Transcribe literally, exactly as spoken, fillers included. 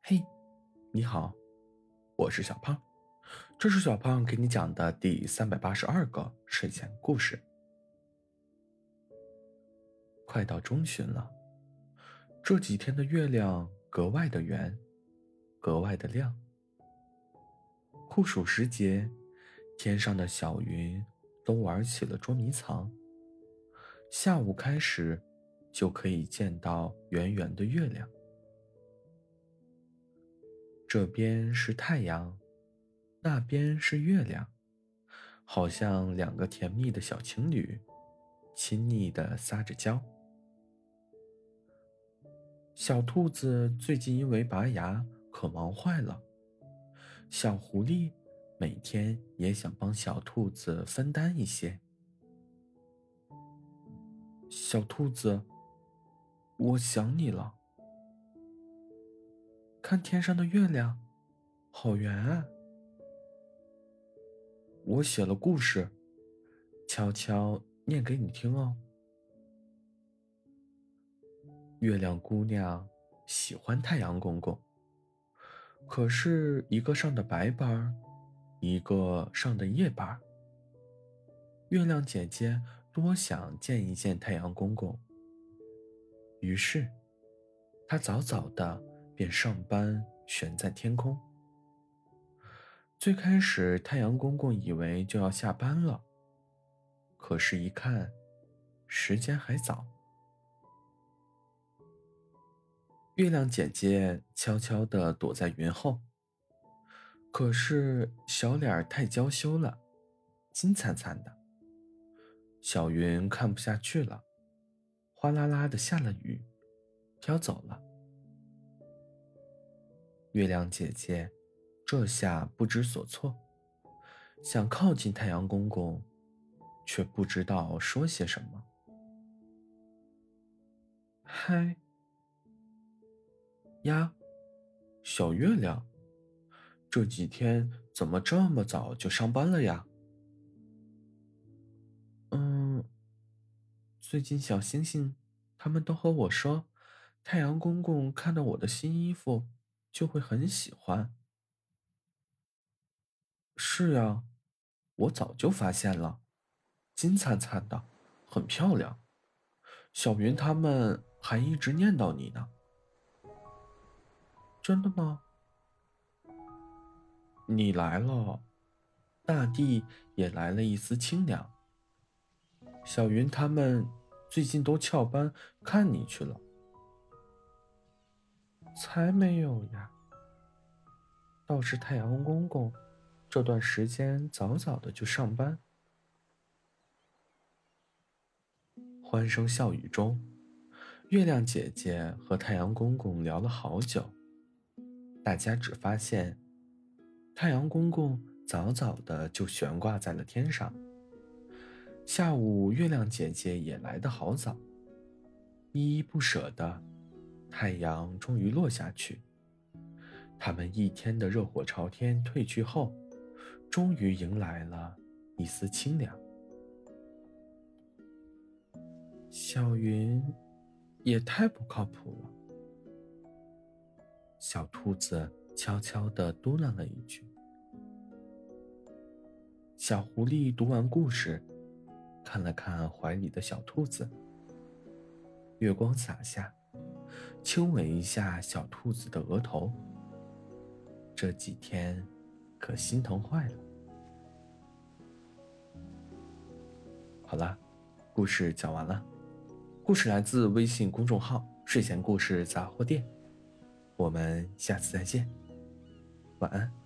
嘿，你好，我是小胖，这是小胖给你讲的第三百八十二个睡前故事。快到中旬了，这几天的月亮格外的圆，格外的亮。酷暑时节，天上的小云都玩起了捉迷藏。下午开始，就可以见到圆圆的月亮。这边是太阳，那边是月亮，好像两个甜蜜的小情侣，亲昵地撒着娇。小兔子最近因为拔牙可忙坏了，小狐狸每天也想帮小兔子分担一些。小兔子，我想你了。看天上的月亮，好圆啊！我写了故事，悄悄念给你听哦。月亮姑娘喜欢太阳公公，可是一个上的白班，一个上的夜班。月亮姐姐多想见一见太阳公公，于是她早早的便上班悬在天空。最开始太阳公公以为就要下班了，可是一看时间还早。月亮姐姐悄悄地躲在云后，可是小脸儿太娇羞了，金灿灿的。小云看不下去了，哗啦啦地下了雨，飘走了。月亮姐姐这下不知所措，想靠近太阳公公，却不知道说些什么。嗨呀，小月亮，这几天怎么这么早就上班了呀？嗯，最近小星星他们都和我说，太阳公公看到我的新衣服就会很喜欢。是呀，我早就发现了，金灿灿的，很漂亮。小云他们还一直念叨你呢。真的吗？你来了，大地也来了一丝清凉。小云他们最近都翘班看你去了。才没有呀，倒是太阳公公这段时间早早的就上班。欢声笑语中，月亮姐姐和太阳公公聊了好久。大家只发现，太阳公公早早的就悬挂在了天上。下午，月亮姐姐也来得好早，依依不舍的，太阳终于落下去。他们一天的热火朝天退去后，终于迎来了一丝清凉。小云也太不靠谱了，小兔子悄悄地嘟囔了一句。小狐狸读完故事，看了看怀里的小兔子，月光洒下，轻吻一下小兔子的额头。这几天可心疼坏了。好了，故事讲完了。故事来自微信公众号睡前故事杂货店，我们下次再见，晚安。